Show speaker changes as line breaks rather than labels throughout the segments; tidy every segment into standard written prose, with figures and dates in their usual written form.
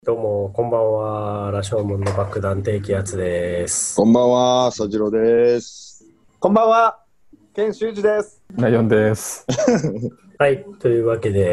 どうも、こんばんは。羅生門の爆弾低気圧です。
こんばんは、さじろです。
こんばんは、健修二です。
ライオンです。
はい、というわけで、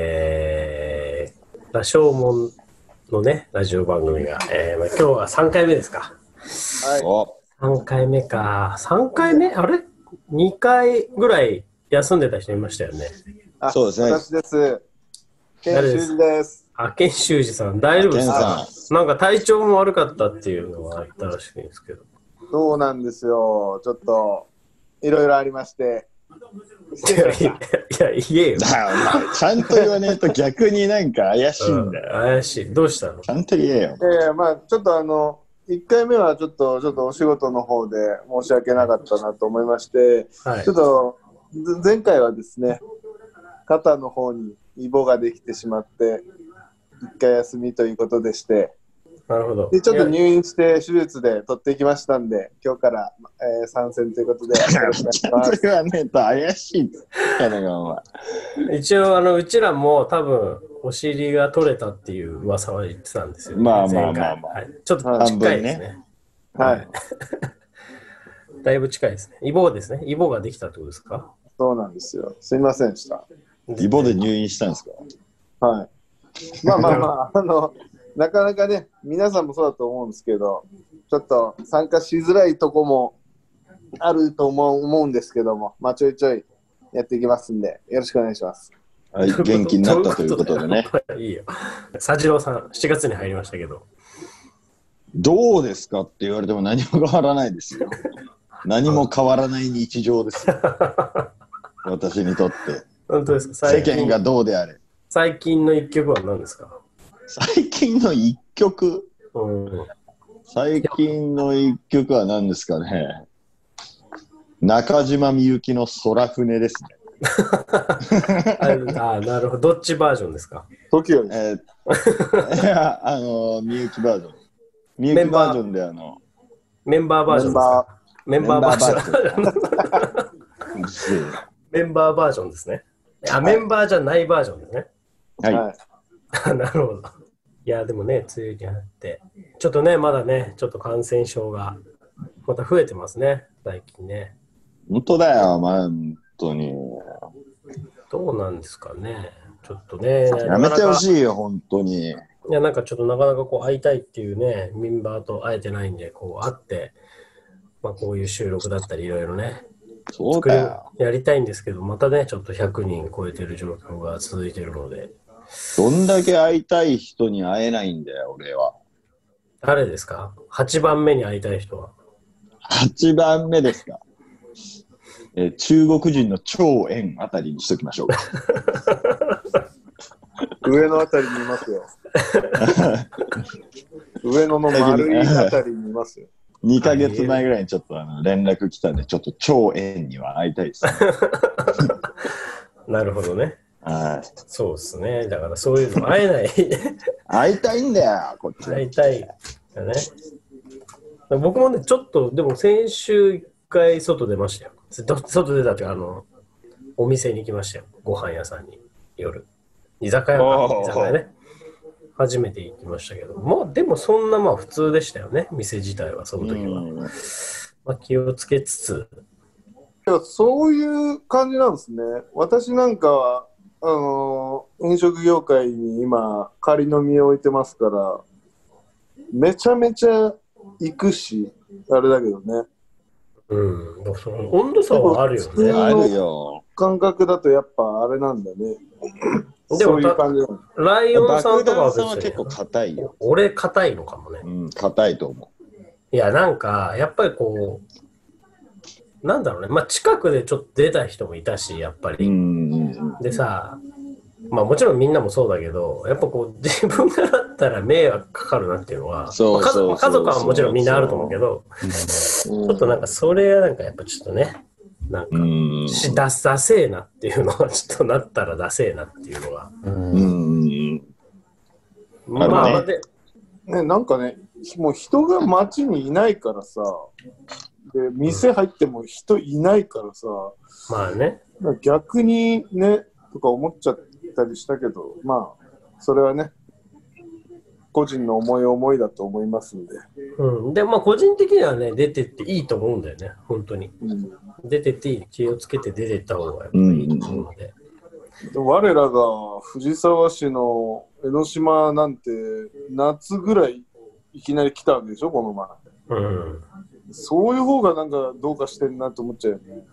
羅生門のね、ラジオ番組が、今日は3回目ですか。
はい。
お、
3回目か。3回目あれ ?2 回ぐらい休んでた人いましたよね。
そうですね。
私です。健修二です。
健修二さん、大丈夫ですか？
健さ
なんか体調も悪かったっていうのがあったらしいんですけど。
そうなんですよ。ちょっといろいろありまして。
いや、言えよ。
だよな、ちゃんと言わねえと逆になんか怪しいんだよ。
怪しい。どうしたの？
ちゃんと言えよ。
まあちょっと1回目はちょっとお仕事の方で申し訳なかったなと思いまして、
はい
ちょっと前回はですね、肩の方にイボができてしまって、1回休みということでして、
なるほど。
でちょっと入院して手術で取ってきましたんで、今日から、参戦ということでよろしくお願いし
ちゃんと
ます。
言わねえと怪しいっつったのがお前。
一応うちらも多分お尻が取れたっていう噂は言ってたんですよ、ね。
まあまあ
前回
まあまあ
はい、ちょっと近いですね。
はい、
だいぶ近いですね。イボですね。イボができたってことですか？
そうなんですよ。すいませんでした。
イボで入院したんですか？
はい。まあまあまあ、なかなかね、皆さんもそうだと思うんですけど、ちょっと参加しづらいとこもあると思うんですけども、まあちょいちょいやっていきますんで、よろしくお願いします。
はい、元気になったということでね。
いいよ。佐次郎さん、7月に入りましたけど。
どうですかって言われても何も変わらないですよ。何も変わらない日常ですよ。私にとって。
本当ですか？
世間がどうであれ。
最近の一曲は何ですか？
最近の一曲、
うん
最近の一曲は何ですかね。中島みゆきの空船ですね。
なるほど。どっちバージョンですか？
TOKIO です。
いや、みゆきバージョン。みゆきバージョンで
メンバーバージョンですか？メンバーバージョン。
ン。
メンバーバージョンですね。メンバーじゃないバージョンですね。
はい。
なるほど。いや、でもね、梅雨になって、ちょっとね、まだね、ちょっと感染症がまた増えてますね、最近ね。
本当だよ、まあ、本当に。
どうなんですかね。ちょっとね、
やめてほしいよ、本当に。
いや、なんかちょっとなかなかこう会いたいっていうね、メンバーと会えてないんで、こう会って、まあこういう収録だったりいろいろね、
そうだよ。
やりたいんですけど、またね、ちょっと100人超えてる状況が続いてるので。
どんだけ会いたい人に会えないんだよ、俺は。
誰ですか？ 8 番目に会いたい人は。
8番目ですか。中国人の張燕あたりにしときましょうか。
上のあたりにいますよ。上野の丸いあたりにいますよ。
2ヶ月前ぐらいにちょっと連絡来たんで、ちょっと張燕には会いたいです、ね。
なるほどね。
はい。
そうですね。だからそういうの会えない。
会いたいんだよ、こっちは。
会いたいよね。僕もね、ちょっと、でも先週1回外出ましたよ。外出たっていうか、お店に行きましたよ。ご飯屋さんに、夜。居酒屋か。居酒屋ね。初めて行きましたけど。まあ、でもそんなまあ普通でしたよね。店自体は、その時は。まあ、気をつけつつ。
いや、そういう感じなんですね。私なんかは、飲食業界に今、仮の身を置いてますから、めちゃめちゃ行くし、あれだけどね。
うん。その温度差はあるよね。
あるよ。
感覚だとやっぱあれなんだね。
でも
そういう感じなんだ。
ライオンさんとかは別に
爆弾さんは結構硬いよ。
俺硬いのかもね。
うん、硬いと思
いや、なんか、やっぱりこう、なんだろうね。まあ、近くでちょっと出た人もいたし、やっぱ
う。
り。でさ、まあもちろんみんなもそうだけど、やっぱこう自分がだったら迷惑かかるなっていうのは、
そうそうそうそう、
まあ家族はもちろんみんなあると思うけど、ちょっとなんかそれはなんかやっぱちょっとね、なんか、ダセーなっていうのはちょっとなったらダセーなっていうのが。まあ、で、
ね、なんかね、もう人が街にいないからさ、で、店入っても人いないからさ、
まあね。
逆にね、とか思っちゃったりしたけど、まあ、それはね、 個人の思いだと思いますんで。
うん。で、まあ個人的にはね、出てっていいと思うんだよね、本当に。出てっていい。気をつけて出てった方がやっぱりいいと思うので。
我らが藤沢市の江ノ島なんて夏ぐらいいきなり来たわけでしょ、この前。
うん。
そういう方がなんかどうかしてんなと思っちゃうよね。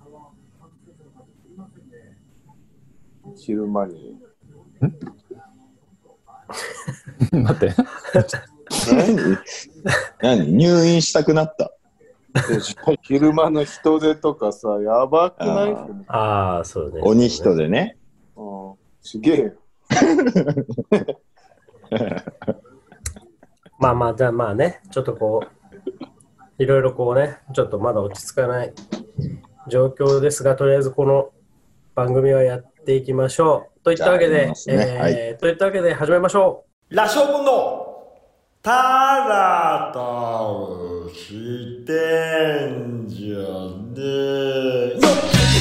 昼間に。
待って。
何入院したくなった。
昼間の人手とかさ、やばくない？
ああ、そうね。
鬼人でね。
すげえよ。
まあまあ、じゃあまあね、ちょっとこう、いろいろこうね、ちょっとまだ落ち着かない状況ですが、とりあえずこの番組はやっていきましょう。といったわけで、といったわけで始めましょ
う。羅生門のタラとしてんじゃねえよ。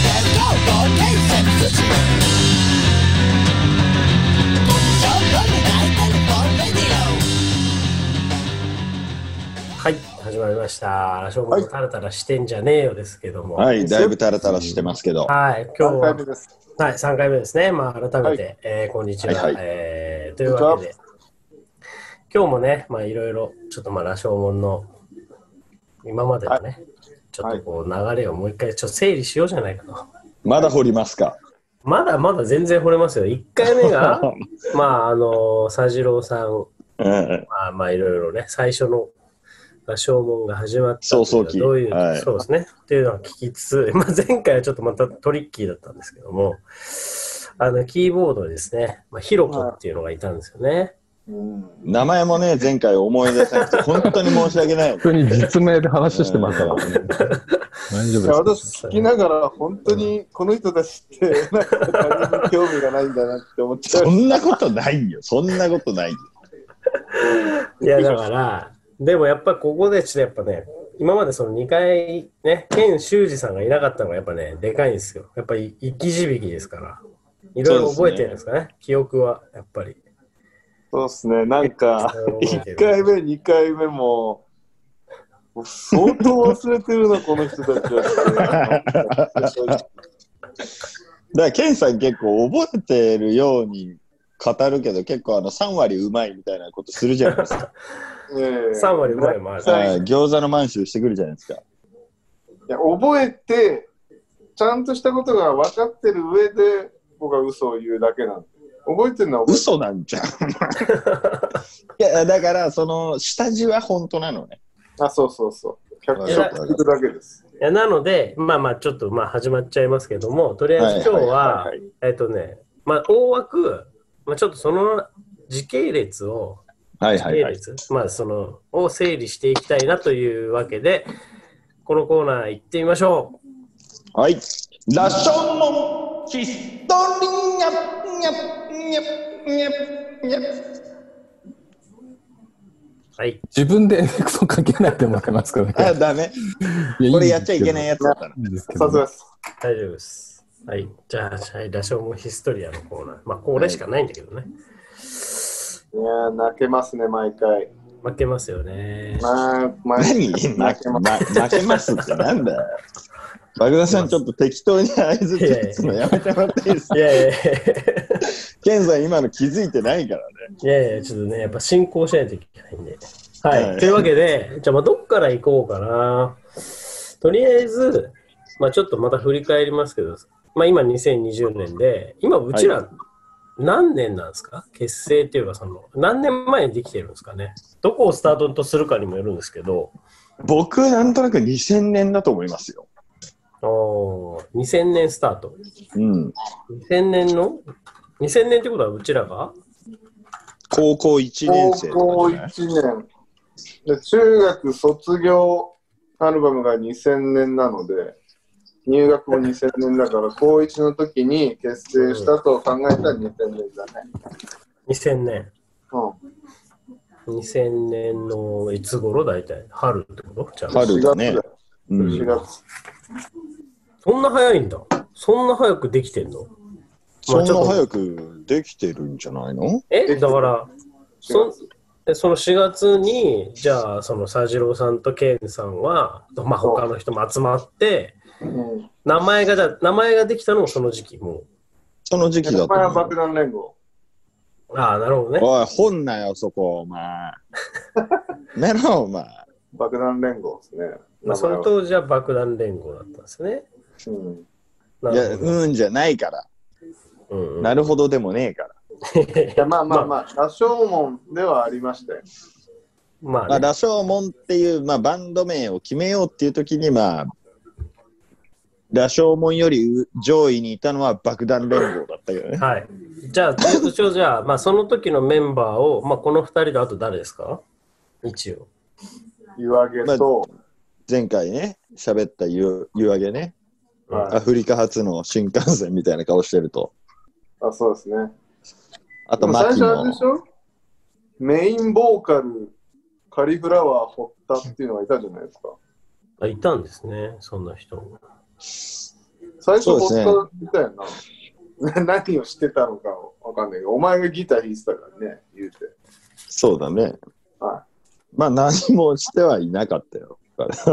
はい、始まりました。羅生門のタラタラしてんじゃねえよですけども。
はい、だいぶタラタラしてますけど。
はい、今日は
3回目です。
はい、3回目ですね。まあ、改めて、こんにちは。というわけで、今日もね、まあ、いろいろ、ちょっとまあ、羅生門の、今までのね、ちょっとこう、流れをもう一回、ちょっと整理しようじゃないかと。
まだ掘りますか？
まだまだ全然掘れますよ。1回目が、まあ、佐次郎さん、まあ、いろいろね、最初の、羅生門が始まった
早々期。
どういう、そうですね。っていうのは聞きつつ、まあ、前回はちょっとまたトリッキーだったんですけども、キーボードにですね、まあ、ヒロコっていうのがいたんですよね。
名前もね、前回思い出せなくて、本当に申し訳ない。
本当に実名で話してますからね。大丈夫です。
私聞きながら、本当にこの人たちって、なんか他人に興味がないんだなって思っちゃう。
そんなことないよ。そんなことないよ。
いや、だから、でもやっぱここでちょっとやっぱね、今までその2回ね、ケン修二さんがいなかったのがやっぱね、でかいんですよ。やっぱり生き字引ですから。いろいろ覚えてるんですかね、記憶はやっぱり。
そうですね、なんか、1回目、2回目も、相当忘れてるな、この人たちは。
だからケンさん結構覚えてるように語るけど、結構3割うまいみたいなことするじゃないですか。
3割うまいもある。
餃子の満州してくるじゃないですか。
いや、覚えて、ちゃんとしたことが分かってる上で、僕は嘘を言うだけなんで。覚えてるのは
嘘なんじゃん。いや、だから、その、下地は本当なのね。
あ、そうそうそう。脚色聞くだけです。
いや、なので、まあまあ、ちょっとまあ始まっちゃいますけども、とりあえず今日は、まあ、大枠、まあ、ちょっとその時系列を、まあ、その、を整理していきたいなというわけで、このコーナー行ってみましょ
う。はい。羅生門ヒストリーニャッニャッニャッニャッニャッ。
はい。
自分でエフェクトかけないでもらえますかね。
あ、ダメ。これやっちゃいけないやつだったら。
さすがです。
大丈夫です。はい。じゃあ、羅生門ヒストリアのコーナー。まあ、これしかないんだけどね。
いや泣けますね、毎回。
負けますよね。
何負けますってなんだよ。バグダさん、ちょっと適当に合図打つのやめてもらっていいですか？ケンさん、今の気づいてないからね。
いやいや、ちょっとね、やっぱ進行しないといけないんで。はい。というわけで、じゃあ、まあ、どっから行こうかな。とりあえず、まあ、ちょっとまた振り返りますけど、まあ、今2020年で、今、うちら、何年なんですか？結成っていうか、その、何年前にできてるんですかね。どこをスタートとするかにもよるんですけど。
僕、なんとなく2000年だと思いますよ。
2000年スタート。
うん。
2000年ってことはうちらが
高校1年生とか、ね。
高校1年。で、中学卒業アルバムが2000年なので、入学も2000年だから、高1の時に結成したと考えたら2000年だね。
2000年。
うん。
2000年のいつ頃だいたい春ってことじゃあ
春だね。
4月。
そんな早いんだ。そんな早くできてんの？
そんな早くできてるんじゃないの？
だから、 で、その4月に、じゃあ、その佐次郎さんとケンさんは、まあ、他の人も集まって、名前ができたのもその時期、もう。
その時期だった。
名前は爆弾連合。
ああ、なるほどね。
おい、本なよ、そこ、お前。めろ、お前。
爆弾連合ですね。
まあ、その当時は爆弾連合だったんですね。
いや、じゃないから。なるほどでもねえから。
いやまあ、羅生門ではありましたよ。
まあ、羅生門っていう、まあ、バンド名を決めようっていう時に、まあ、羅生門より上位にいたのは爆弾連合だったけどね。
はい。じゃあ、まあ、その時のメンバーを、まあ、この2人とあと誰ですか？一応。
湯上げと、
まあ、前回ね、喋った湯上げね、アフリカ初の新幹線みたいな顔してると。
あ、そうですね。
あと、
最初あれでしょ？メインボーカル、カリフラワー堀田っていうのがいたじゃないですか。
あ、いたんですね、そんな人。
最初堀田いたよな。何をしてたのかわかんないけど、お前がギター弾いてたからね、言うて。
そうだね。
はい。
まあ、何もしてはいなかったよ。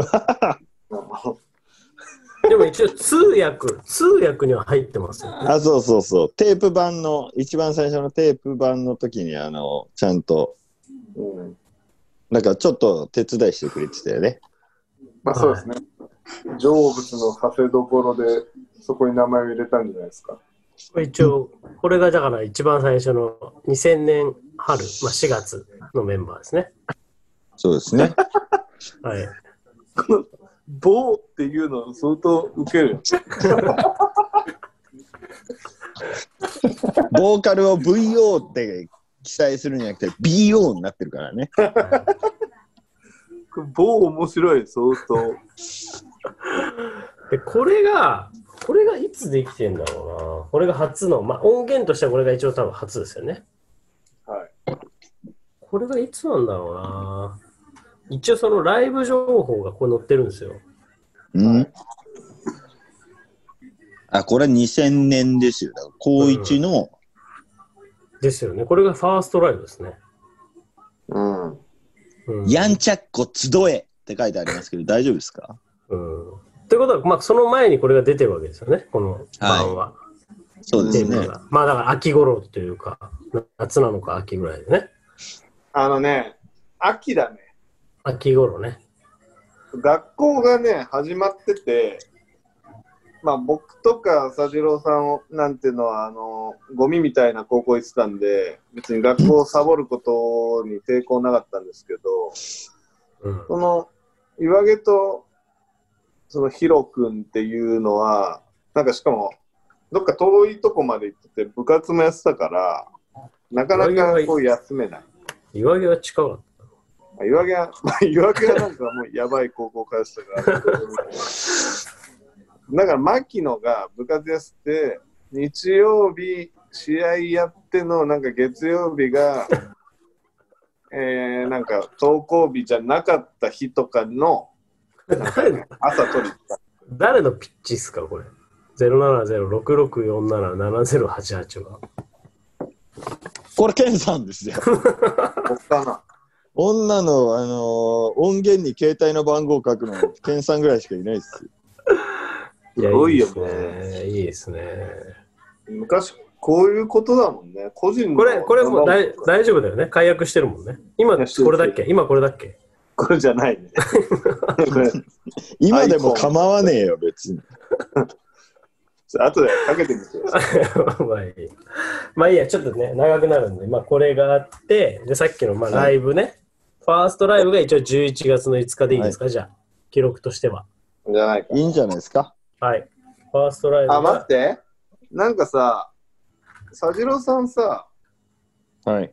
でも一応通訳には入ってますよね。
あ、そうそうそう。テープ版の、一番最初のテープ版の時に、ちゃんと、なんかちょっと手伝いしてくれてたよね。
まあそうですね。成仏のはせどころで、そこに名前を入れたんじゃないですか。
一応、これがだから一番最初の2000年春、まあ4月のメンバーですね。
そうですね。
はい。
この棒っていうの相当ウケる。
ボーカルを VO って記載するんじゃなくて BO になってるからね。
棒面白い、相当。
でこれがいつできてんだろうな。これが初の、まあ音源としてはこれが一応多分初ですよね。
はい。
これがいつなんだろうな。一応そのライブ情報がここに載ってるんですよ。
あ、これは2000年ですよ。高1の、
ですよね。これがファーストライブですね。
やんちゃっこ集えって書いてありますけど、大丈夫ですか？
ってことは、まあ、その前にこれが出てるわけですよね、この版は。
そうですね。
まあ、だから秋頃というか、夏なのか秋ぐらいでね。
秋だね。
秋頃ね。
学校がね、始まってて、まあ僕とか佐次郎さんなんていうのはゴミみたいな高校行ってたんで、別に学校をサボることに抵抗なかったんですけど、その岩毛とそのヒロ君っていうのは、なんかしかもどっか遠いとこまで行ってて部活もやってたから、なかなかこう休めない。
岩毛は近かった。
岩毛はなんかもうやばい高校からしたから。だから牧野が部活やって、日曜日試合やってのなんか月曜日が、なんか登校日じゃなかった日とかの朝取りに行った。
誰のピッチっすかこれ。070-6647-7088は。
これケンさんですよ。
僕かな。
女の音源に携帯の番号書くのケンさんぐらいしかいないですよ。
すごいよね。
いいですね。
昔こういうことだもんね。個人の
これも大丈夫だよね。解約してるもんね。今これだっけ？
これじゃないね。
今でも構わねえよ、別に。
後でかけてみてください。
まあいいや、ちょっとね、長くなるんで、まあこれがあって、で、さっきのまあライブね、ファーストライブが一応11月の5日でいいですか、じゃあ、記録としては。
じゃないか。
いいんじゃないですか。
はい。ファーストライブが。
待って。なんかさ、佐次郎さんさ、
はい。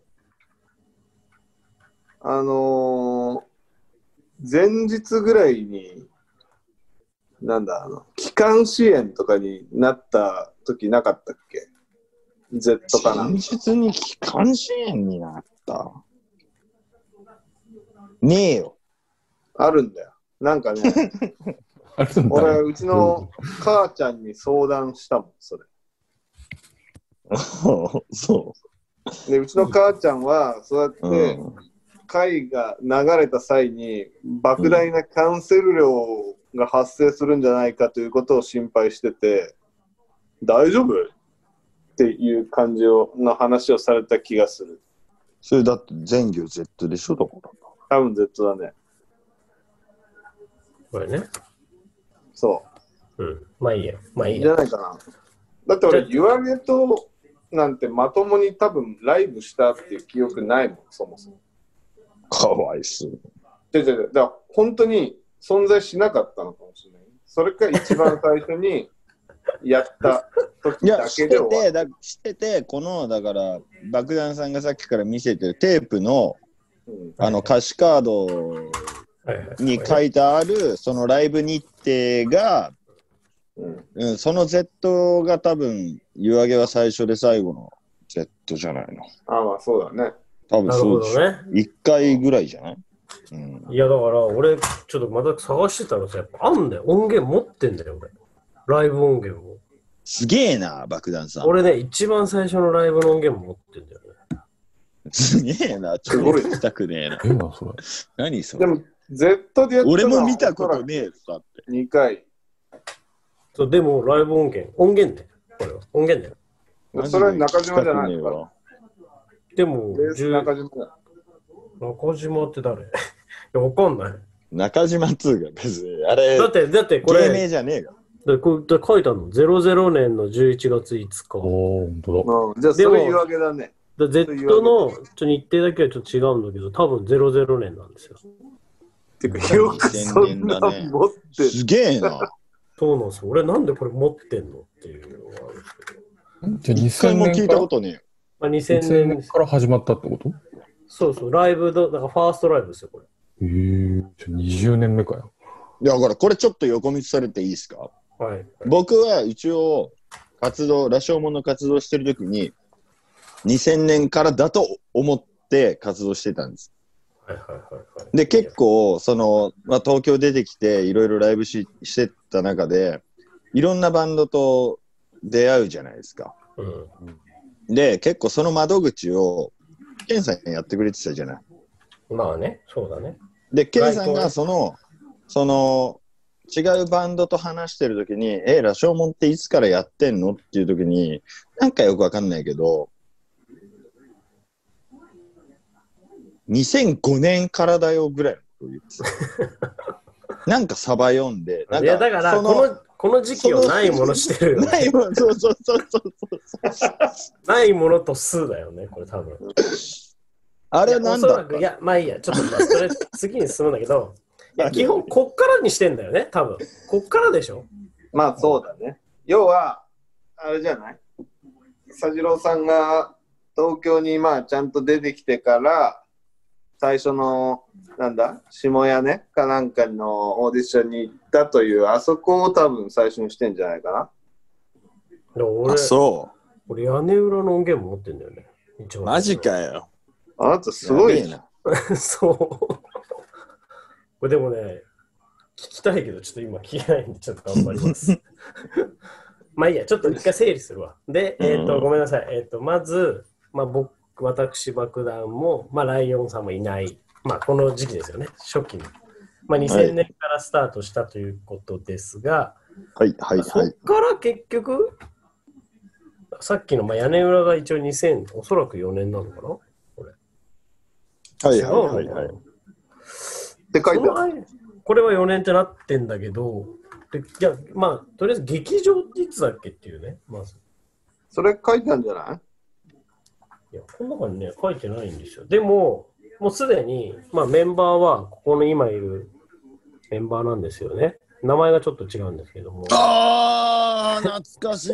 前日ぐらいに、気管支炎とかになった時なかったっけ？ Z かな。
前日に気管支炎になった。ねえよ。
あるんだよ。なんかね、俺、うちの母ちゃんに相談したもん、それ。
そう。
で、うちの母ちゃんは、そうやって、 回が流れた際に莫大なキャンセル料が発生するんじゃないかということを心配してて、大丈夫っていう感じの話をされた気がする。
それだって全業 Z でしょ、だから。
多分 Z だね。
これね。
そ
うん。まあいいや。まあいい
じゃ
や。
ないかな。だって俺、湯上げとなんてまともに多分ライブしたっていう記憶ないもん、そもそも。
かわいそう。
だから本当に存在しなかったのかもしれない。それか一番最初にやった時だけで終わる。
してて、この、だから、爆弾さんがさっきから見せてるテープの、歌詞カードに書いてある、そのライブ日程が、その Z が多分、湯上げは最初で最後の Z じゃないの。
ああ、まあそうだね。
多分そうでしょ。
ね。
1回ぐらいじゃない？
いや、だから俺、ちょっとまた探してたらさ、やっぱあんだよ。音源持ってんだよ、俺。ライブ音源を。
すげえな、爆弾さん。
俺ね、一番最初のライブの音源も持ってんだよね。
すげえな、ちょっと聞きたくねえな。
それ。
何それ。
でも、Z でやったの
俺も見たことねえさって。
2回。
そう、でも、ライブ音源ね。これは。音源だよ。
それは中島じゃないのか。
でも、
中島だ。
中島って誰？いや、わかんない。
中島2が別に、あれ、
だってこれ、
芸名じゃねえが。
これ書いてあるの。00年の11月5日。
おー、ほんと
だ。じゃあ、それ言うわけだね。
Z の日程だけはちょっと違うんだけど、多分00年なんですよ。
てか、よくそんな持ってる。
すげえな。
そうなんですよ。俺なんでこれ持ってんのっていうのがあるんですけど。
じゃあ
一回も聞いたことねえよ。
まあ、2000
2000
年
年から始まったってこと？
そうそう、ライブだからファーストライブですよ、これ。
20年目かよ。
いや、だからこれちょっと横道されていいですか？
はい。
僕は一応、羅生門の活動してるときに、2000年からだと思って活動してたんです。で、結構、東京出てきて、いろいろライブしてた中で、いろんなバンドと出会うじゃないですか。で、結構その窓口を、ケンさんやってくれてたじゃない。
まあね、そうだね。
で、ケンさんが違うバンドと話してるときに、羅生門っていつからやってんのっていうときに、なんかよくわかんないけど、2005年からだよぐらいのことを言ってた。なんかサバ読んで、
いやだからこの時期をないものしてるよ、ね。
ないもの、そう。
ないものと数だよね、これ多分。
あれなんだった？
いや、まあいいや、ちょっとそれ次に進むんだけど、いや基本こっからにしてんだよね、多分。こっからでしょ。
まあそうだね。要は、あれじゃない？佐次郎さんが東京にまあちゃんと出てきてから、最初の、下屋ねかなんかのオーディションに行ったという、あそこを多分最初にしてんじゃないかな。
俺屋根裏の音源も持ってんだよね。
マジかよ。
あなたすごいな。
そう。これでもね、聞きたいけど、ちょっと今聞けないんで、ちょっと頑張ります。まあいいや、ちょっと一回整理するわ。で、ごめんなさい。まず、まあ私、爆弾も、まあ、ライオンさんもいない。まあ、この時期ですよね。初期に。まあ、2000年からスタートしたということですが、そっから結局、さっきの、まあ、屋根裏が一応おそらく4年なのかなこれ。
はい。
って書いてある。
これは4年ってなってんだけど、いや、まあ、とりあえず劇場っていつだっけっていうね、まず。
それ書いてあるんじゃない？
いや、この中にね、書いてないんですよ。でも、もうすでに、まあメンバーは、ここの今いるメンバーなんですよね。名前がちょっと違うんですけども。
懐かしい。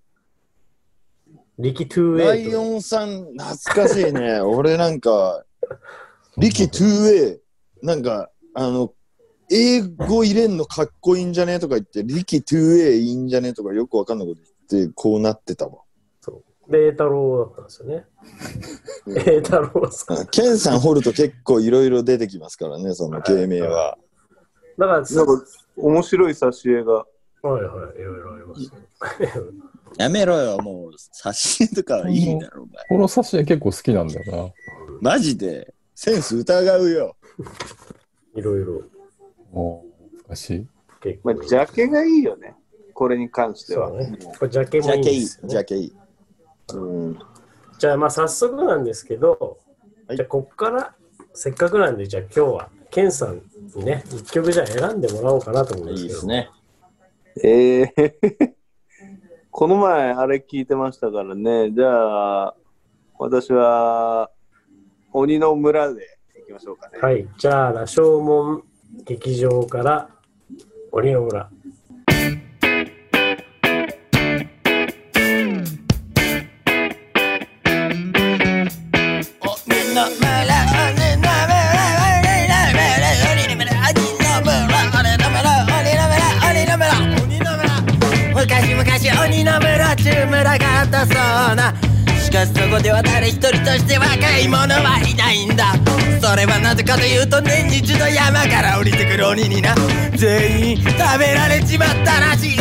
力 2A。
ライオンさん、懐かしいね。俺なんか、力 2A、なんか、英語入れんのかっこいいんじゃねとか言って、力 2A いいんじゃねとかよくわかんないこと言って、こうなってたわ。
で、栄太郎だったんですよね。栄太郎さん。
ケンさん掘ると結構いろいろ出てきますからね、その芸名は。
だから、
なんか面白い挿絵が。
はい、いろいろあります。
やめろよ、もう、挿絵とかはいいだろ、お前。
この挿絵結構好きなんだよな。
マジで。 センス疑うよ。
いろいろ。
もう、難しい。
結構
まあ、ジャケがいいよね。これに関しては。
そうね。これジャケもいい
ジャケいい、
ですよね。
ジャケいい。
うん。
じゃあまあ早速なんですけど、
はい
じゃあこっからせっかくなんでじゃあ今日はケンさんにね一曲じゃあ選んでもらおうかなと思うんですけど。
いいですね。
この前あれ聞いてましたからね。じゃあ私は鬼の村でいきましょうかね。
はい。じゃあ羅生門劇場から鬼の村。
昔々鬼の村中村があったそうな。しかしそこでは誰一人として若い者はいないんだ。それはなぜかというと年に一度山から降りてくる鬼にな全員食べられちまったらしい。逃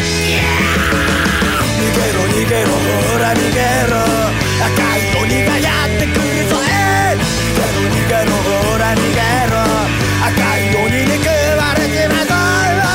げろ逃げろほら逃げろ赤い鬼がやってくるぞ。逃げろ逃げろほら逃げろ赤い鬼に食われちまうぞ。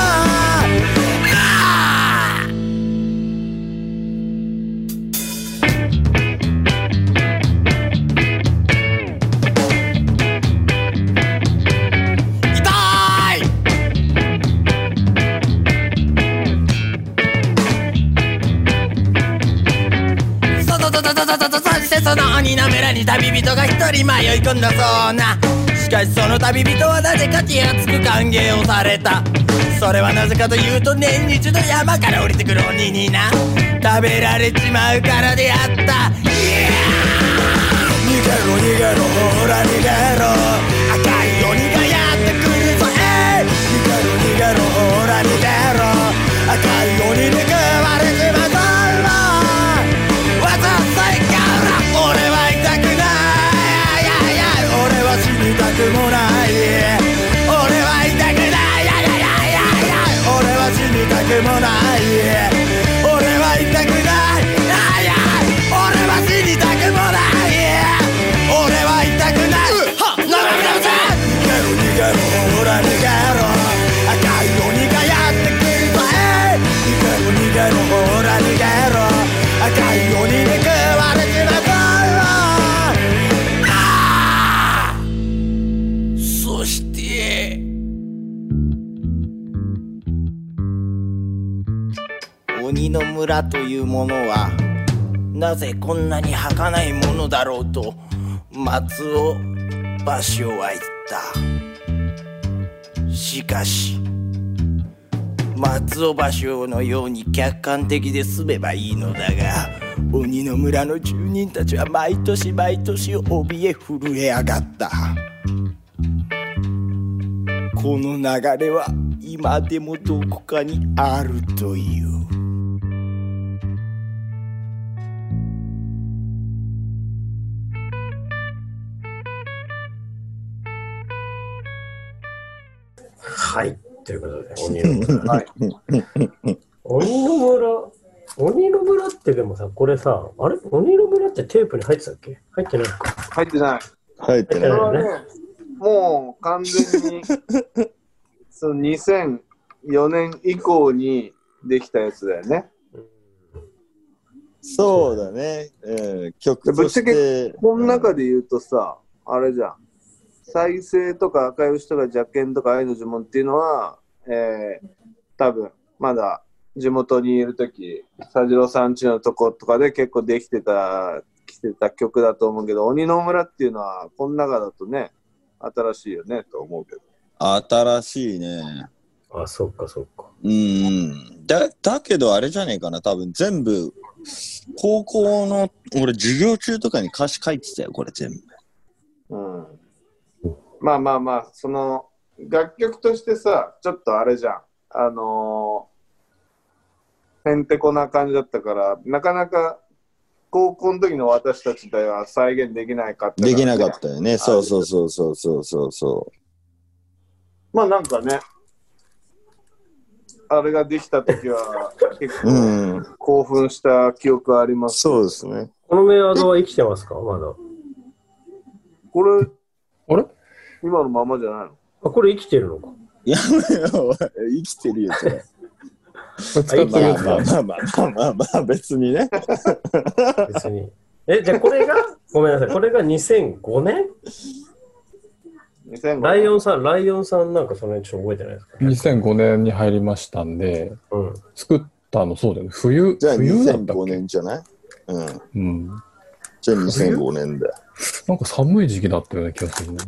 そしてその鬼の村に旅人が一人迷い込んだそうな。しかしその旅人はなぜか気がつく歓迎をされた。それはなぜかというと年に一度山から降りてくる鬼にな食べられちまうからであった。逃げろ逃げろほら逃げろ赤い鬼がやってくるぞ。逃げろ逃げろほら逃げろ赤い鬼に食われちまうぞ。俺は痛くない俺は死にたくもない俺は痛くない俺は死にたくもない俺は痛くない俺は死にたくもない俺は痛くない逃げろほら逃げろ赤い鬼がやってくるぞ。逃げろほら逃げろ赤い鬼に食われちまう。そして鬼の村というものはなぜこんなに儚いものだろうと松尾芭蕉は言った。しかし松尾芭蕉のように客観的で済めばいいのだが鬼の村の住人たちは毎年毎年怯え震え上がった。この流れは今でもどこかにあるという。
はい。ということで鬼の村。はい。鬼の村ってでもさこれさあれ鬼の村ってテープに入ってたっけ？入ってないか。
入ってない。
入ってない
よね。
もう完全にその2004年以降にできたやつだよね。
そうだね。曲として。
ぶっちゃけこの中で言うとさ、あれじゃん。再生とか赤い牛とか邪剣とか愛の呪文っていうのは、多分まだ地元にいるとき、佐治郎さん家のとことかで結構来てた曲だと思うけど、鬼の村っていうのはこの中だとね、新しいよねと思うけど。
新しいね。
あ、そっかそっか。
だけどあれじゃねえかな、多分全部高校の俺授業中とかに歌詞書いてたよ、これ全部。
まあその楽曲としてさ、ちょっとあれじゃん、へんてこな感じだったからなかなか高校の時の私たちでは再現できないかった、
ね、できなかったよね。そう。
まあなんかね、あれができた時は結構興奮した記憶あります、
そうですね。
このメアドは生きてますかまだ？
これ
あれ
今のままじゃないの？
あ、これ生きてるのか。
いや、生きてるよ、それ。
生きてる
まあ、別にね。
別に。じゃあこれが、ごめんなさい、これが2005年
2005
ライオンさんなんかその辺ちょっと覚えてないですか？
2005年に入りましたんで、
うん。
作ったのそうだよね。冬
じゃあ
冬だったっ
2005
け？
年じゃない？うん。
うん。
じゃあ2005年だよ。
なんか寒い時期だったような気がするね。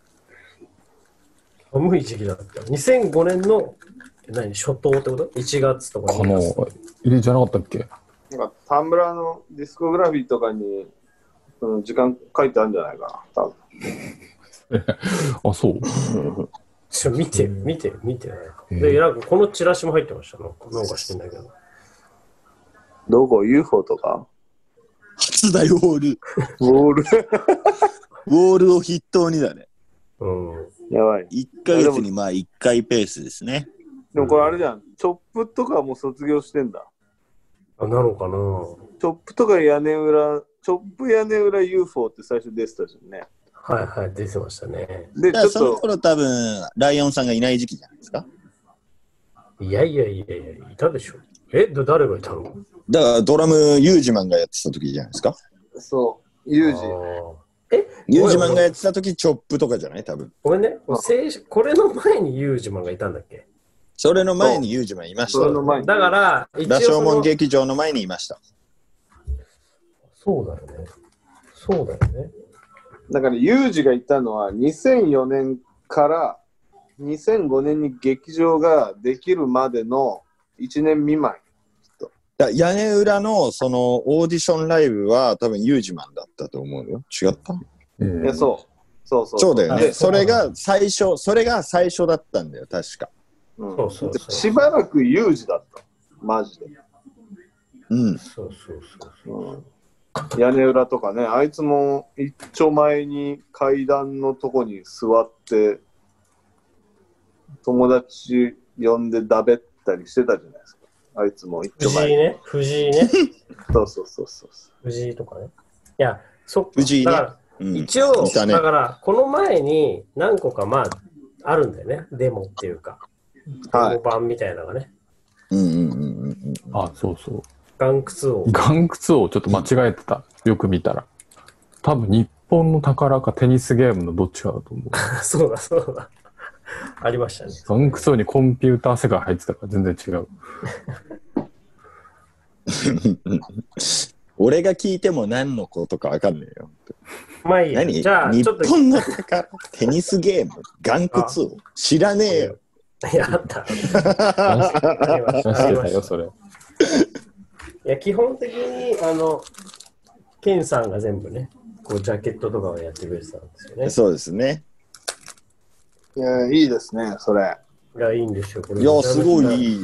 寒い時期だった。2005年の、初冬ってこと ?1 月とか
かな？じゃなかったっけ？
なんかタンブラーのディスコグラフィーとかにその時間書いてあるんじゃないかな、多分。
あ、そう
見てないか。で、なんかこのチラシも入ってました。なんかしてんだけど。
どこ ?UFO とか
初代ウォール。
ウォール
ウォールを筆頭にだね。
うん。
やばい。
1ヶ月にまあ1回ペースですね。
でもこれあれじゃん。チョップとかもう卒業してんだ。
あ、なのかな。
チョップとか屋根裏、チョップ屋根裏 UFO って最初出てたじゃんね。
はいはい、出てましたね。
で、
だからその
ちょっと、
頃多分、ライオンさんがいない時期じゃないですか。
いや、いたでしょ。誰がいたの？
だからドラムユージマンがやってた時じゃないですか。
そう、ユージ。
ユージマンがやってた時チョップとかじゃない多分。
ごめんね。これの前にユージマンがいたんだっけ？
それの前にユージマンいました。
それの前に。
だから、一応
羅生門劇場の前にいました。
そうだよね。
だからユージがいたのは2004年から2005年に劇場ができるまでの1年未満。
屋根裏のそのオーディションライブは多分ユージマンだったと思うよ。違った？
いや、そう
だよね。それが最初だったんだよ、確か。
そう
しばらくユージだった。マジで。
うん。
そう。
屋根裏とかね、あいつも一丁前に階段のとこに座って友達呼んでだべったりしてたじゃないですか。あいつも一丁前に。
藤井ね。
そう。
藤井とかね。いや、
藤井ね。
だから一応、だからこの前に何個かまああるんだよね。デモっていうか。デモ版みたいなのがね。
あ、そう。
ガンクツ王
ちょっと間違えてた。よく見たら。多分日本の宝かテニスゲームのどっちかだと思う。
そうだ。ありましたね。
ガンクツ王にコンピューター世界入ってたから全然違う。
俺が聞いても何のことか分かんないよ。
まあいいや。じゃあ
日
ちょっと
本の宝テニスゲームガンクツ王知らねえよ。
いや、あった。ありました
よ、それ。
いや、基本的に、ケンさんが全部ね、こう、ジャケットとかをやってくれてたんですよね。
そうですね。
いや、いいですね、それ。
いや、いいんですよ、これ。
いや、すごいいい。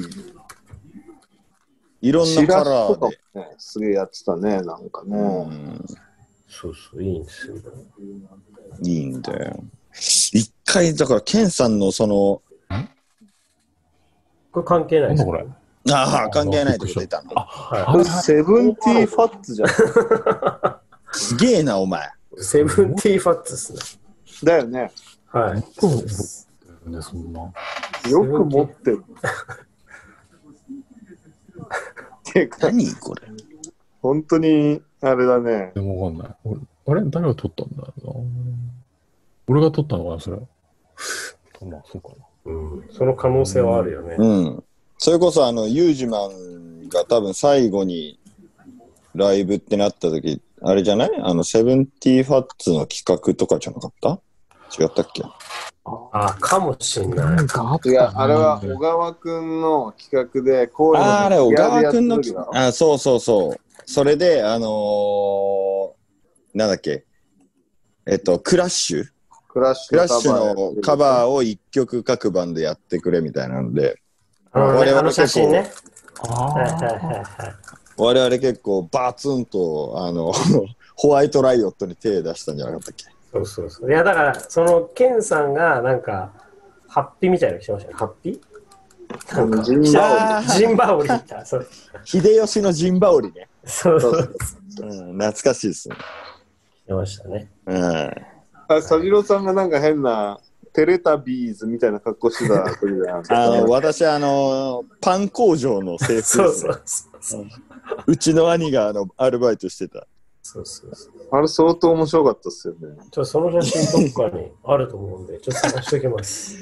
いろんなカラーで。
ね、すげえやってたね、なんかね。
そう、いいんですよ。
いいんだよ。一回、だから、ケンさんのその、
これ関係ないですか？
これ。
ああ、関係ないとこ出たの。
これセブンティーファッツじゃん。
すげえな、お前。
セブンティーファッツですね。
だよね。
はい。
そうですね、そんな。
よく持ってる。
何これ。
本当に、あれだね。
でもわかんない。あれ誰が撮ったんだろうな。俺が撮ったのかな、それ。まあ、そうかな。
その可能性はあるよね。
それこそユージマンが多分最後にライブってなった時、あれじゃない？セブンティーファッツの企画とかじゃなかった？違ったっけ？
あ、かもしんない。
いや、あれは小川くんの企画で、こういうの
あれ、小川くんの
企
画。そう。それで、なんだっけ？クラッシュのカバーを一曲各バンドやってくれみたいなので、我々
写真ね。
我々結構バツンとホワイトライオットに手出したんじゃなかったっけ？
そう。いや、だから、そのケンさんがなんかハッピーみたいなのしてましたね。ハッピー？なんかジンバオリみたいな。
秀吉のジンバオリね。
そう。
懐かしいですね。
してましたね。
あ、佐次郎さんがなんか変なテレタビーズみたいな格好してた時だよ。
私パン工場の制服ですね。そううちの兄がアルバイトしてた。
そうそうそう。
あれ相当面白かったっすよね。
その写真どっかにあると思うんで、ちょっと探しておきます。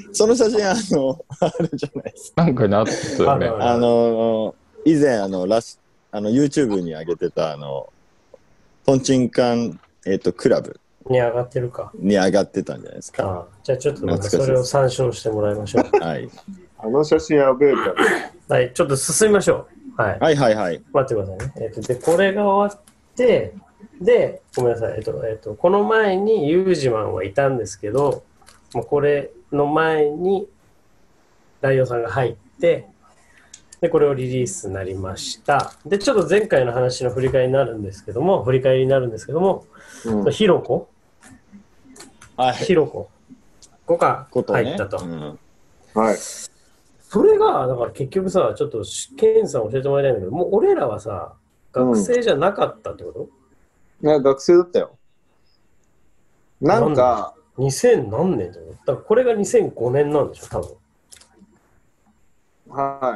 その写真あるじゃないですか。
なんかにあったよね。
以前YouTube に上げてたトンチンカンクラブ
に上がってるか。
に上がってたんじゃないですか。
ああ、じゃあちょっとまたそれを参照してもらいましょう。
はい。
あの写真やべえから。
はい、ちょっと進みましょう。はい。
はいはいはい。
待ってくださいね。で、これが終わって、で、ごめんなさい。この前にユージマンはいたんですけど、もうこれの前にライオンさんが入って、で、これをリリースになりました。で、ちょっと前回の話の振り返りになるんですけども、ヒロコが入ったと。
はい。
それが、だから結局さ、ちょっとケンさん教えてもらいたいんだけど、もう俺らはさ、学生じゃなかったってこと？
いや、学生だったよ。なんか、
2000何年だよ。だからこれが2005年なんでしょ、多分。
はい。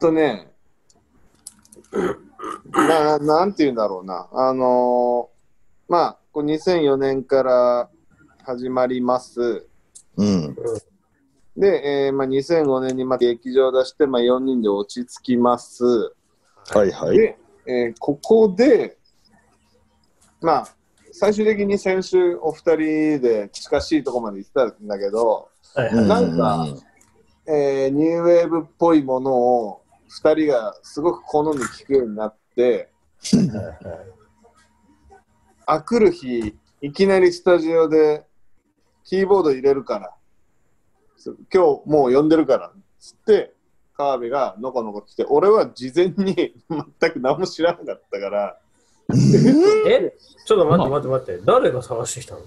なんて言うんだろうな。まあ、2004年から始まります。
うん。
で、2005年にまた劇場出して、4人で落ち着きます。
はいはい。
で、ここで、最終的に先週お二人で近しいところまで行ってたんだけど、なんか、ニューウェーブっぽいものを二人がすごく好んで聴くようになって、来る日、いきなりスタジオでキーボード入れるから、今日もう呼んでるからつって川辺がのこのこ来て、俺は事前に全く何も知らなかったから
ちょっと待って誰が探してきたの？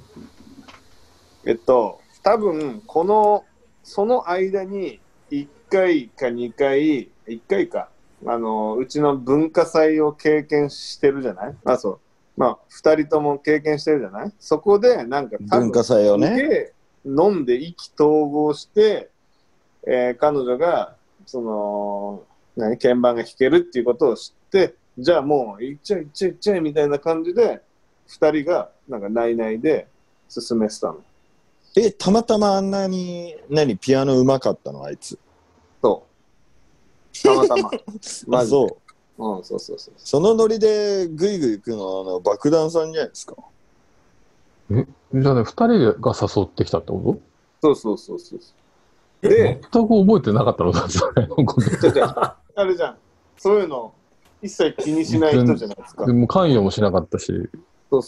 多分その間に1回か2回1回かうちの文化祭を経験してるじゃない？2人とも経験してるじゃない？そこでなんか
文化祭をね
飲んで意気投合して、彼女が鍵盤が弾けるっていうことを知って、じゃあもう行っちゃえみたいな感じで2人がなんか内々で進めてたの。
たまたまあんなにピアノうまかったのあいつ？
たまたま
マジで。
そう。
そのノリでグイグイ行くのは爆弾さんじゃないですか？
じゃあね、2人が誘ってきたってこ
と？そう。
で、全く覚えてなかったのだ、それ。
あれじゃん。そういうの一切気にしない人じゃないですか。
でも関与もしなかったし。
そう。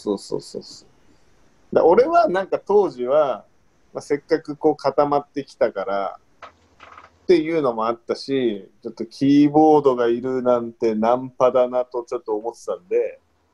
俺はなんか当時は、せっかく固まってきたからっていうのもあったし、ちょっとキーボードがいるなんてナンパだなとちょっと思ってたんで、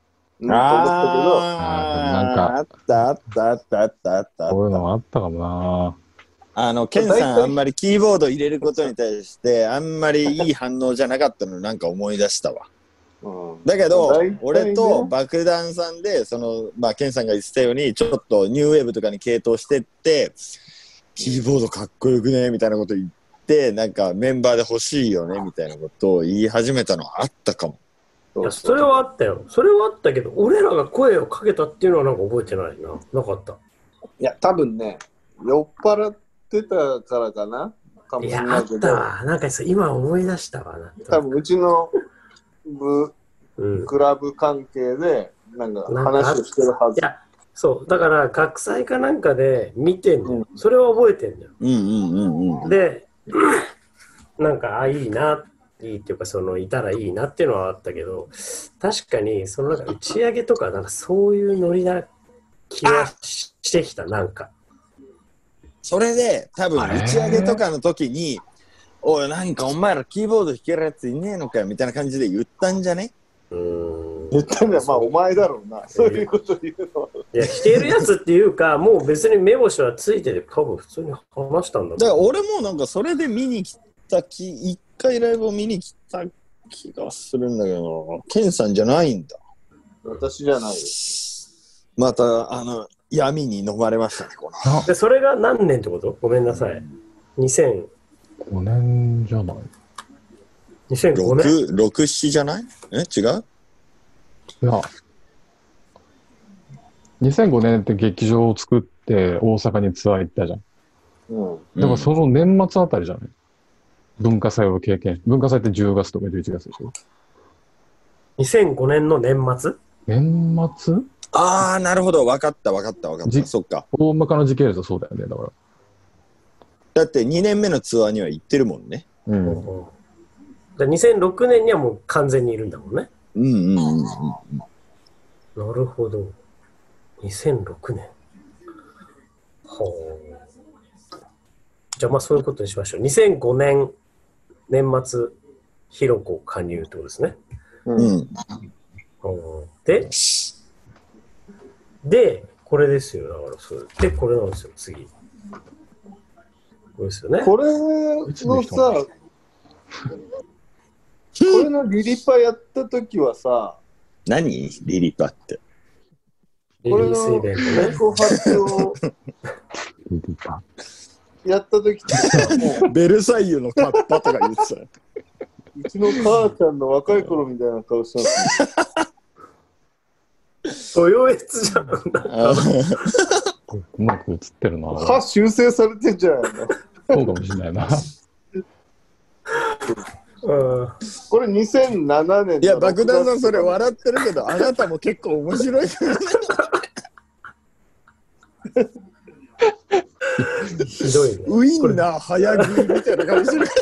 あった。
こういうのもあったかも
な。ケンさんあんまりキーボード入れることに対してあんまりいい反応じゃなかったのなんか思い出したわ。だけど、俺と爆弾さんでケンさんが言ってたようにちょっとニューウェーブとかに傾倒してってキーボードかっこよくねみたいなこと言ってなんかメンバーで欲しいよねみたいなことを言い始めたのあったかも。
いやそれはあったよ。それはあったけど俺らが声をかけたっていうのはなんか覚えてないなかった。
いや多分ね酔っ払ってたからかな。
いやあったわ。なんか今思い出したわな。
多分うちのクラブ関係でなんか話をしてるはず。
いやそうだから学祭かなんかで見てんのよ、それは覚えてんだよ。でなんかいいっていうかいたらいいなっていうのはあったけど、確かになんか打ち上げとかなんかそういうノリな気がしてきた。なんか
それで多分打ち上げとかの時においなんかお前らキーボード弾けるやついねえのかよみたいな感じで言ったんじゃね？
言ったんだよ。お前だろうな。そういうこと言うの。
いや弾けるやつっていうかもう別に目星はついてて多分普通に話したんだ。
だから俺もなんかそれで見に来た一回ライブを見に来た気がするんだけど、ケンさんじゃないんだ。
私じゃないです。
また闇に飲まれましたねこの。
でそれが何年ってこと？ごめんなさい。2005
年じゃない？
2005年
6、7じゃない？違う？
いや、2005年って劇場を作って大阪にツアー行ったじゃん。だからその年末あたりじゃない？文化祭を経験。文化祭って10月とか11月でしょ？
2005年の年末？
年末？
ああ、なるほど。わかった。そっか。
大まかの時系列はそうだよね。だから。
だって2年目のツアーには行ってるもんね。
うん。
だ2006年にはもう完全にいるんだもんね。なるほど。2006年。ほう。じゃあまあそういうことにしましょう。2005年年末、ひろこ加入ってことですね。で、これですよ。だからそうで、これなんですよ、次。これですよね。
これのさ、これのリリパやったときはさ、
何リリパって。
これの先行発表やったときってさ、もう
ベルサイユのカッパとか言ってた。
うちの母ちゃんの若い頃みたいな顔してますね。
豊悦じゃん。
うまく映ってるな。
歯修正されてんじゃないの？
そうかもしれないな。
これ2007年。
いや、爆弾さんそれ笑ってるけど、あなたも結構面白いからね。
ひどいね。
ウインナー早食いみたいな感じする。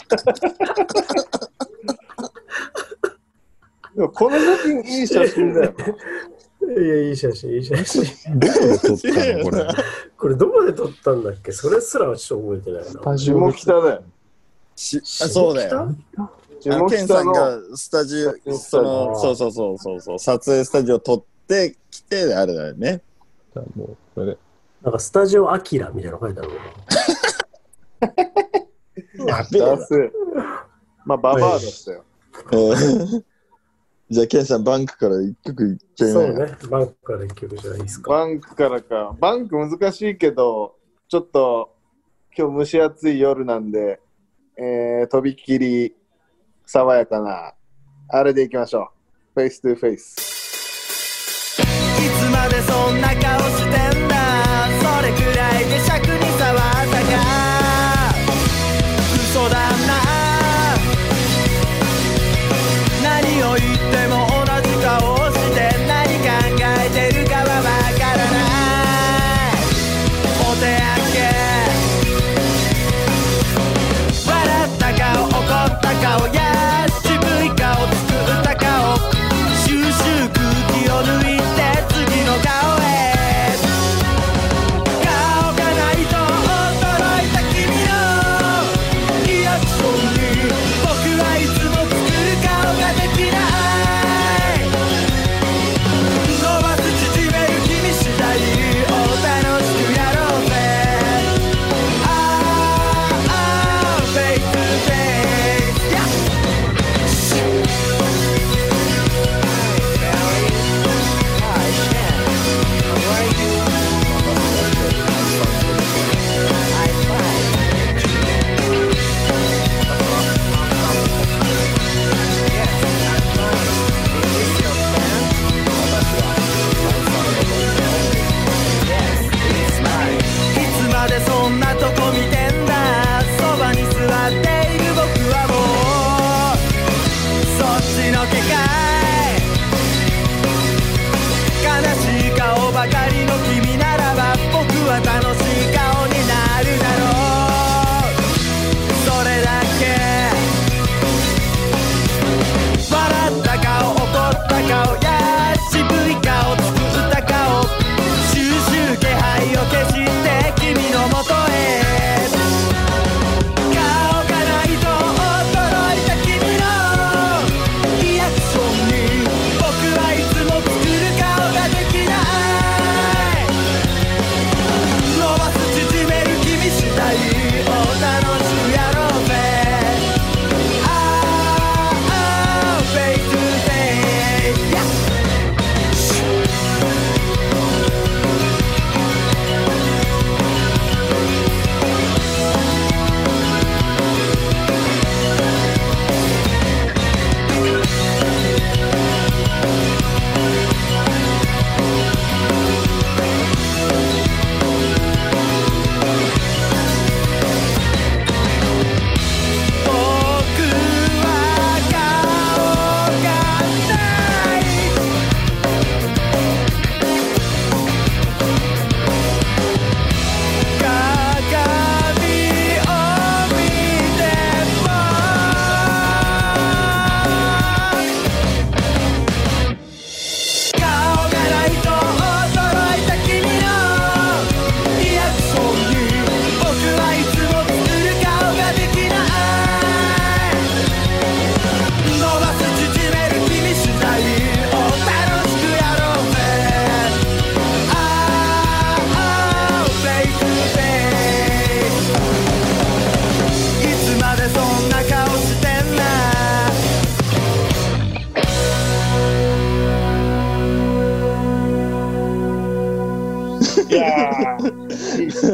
でもこの写真いい写真だよ。
いや、いい写真。
どこで撮ったのこれ。
これどこで撮ったんだっけ？それすらちょっと覚えてないな。
下北だよ。
そうだよ。ケンさんがスタジオ、そう、撮影スタジオ撮ってきて、あれだよね。
じゃあもう、これで。
なんかスタジオアキラみたいなの書いてあるの。
やべえな。
まあ、ババアだったよ。
じゃあ、ケンさん、バンクから一曲いっちゃい
そうね、バンクから一曲じゃないですか。
バンクからか。バンク難しいけど、ちょっと今日蒸し暑い夜なんで、とびきり爽やかな、あれでいきましょう。フェイストゥフェイス。
いつまでそんな顔してんだ、それくらいで尺に触ったか、嘘だな、何を言っても同じ顔して何考えてるかはわからない。お手上げ笑った顔、怒った顔や渋い顔、作った顔、収集空気を抜いて次の顔へ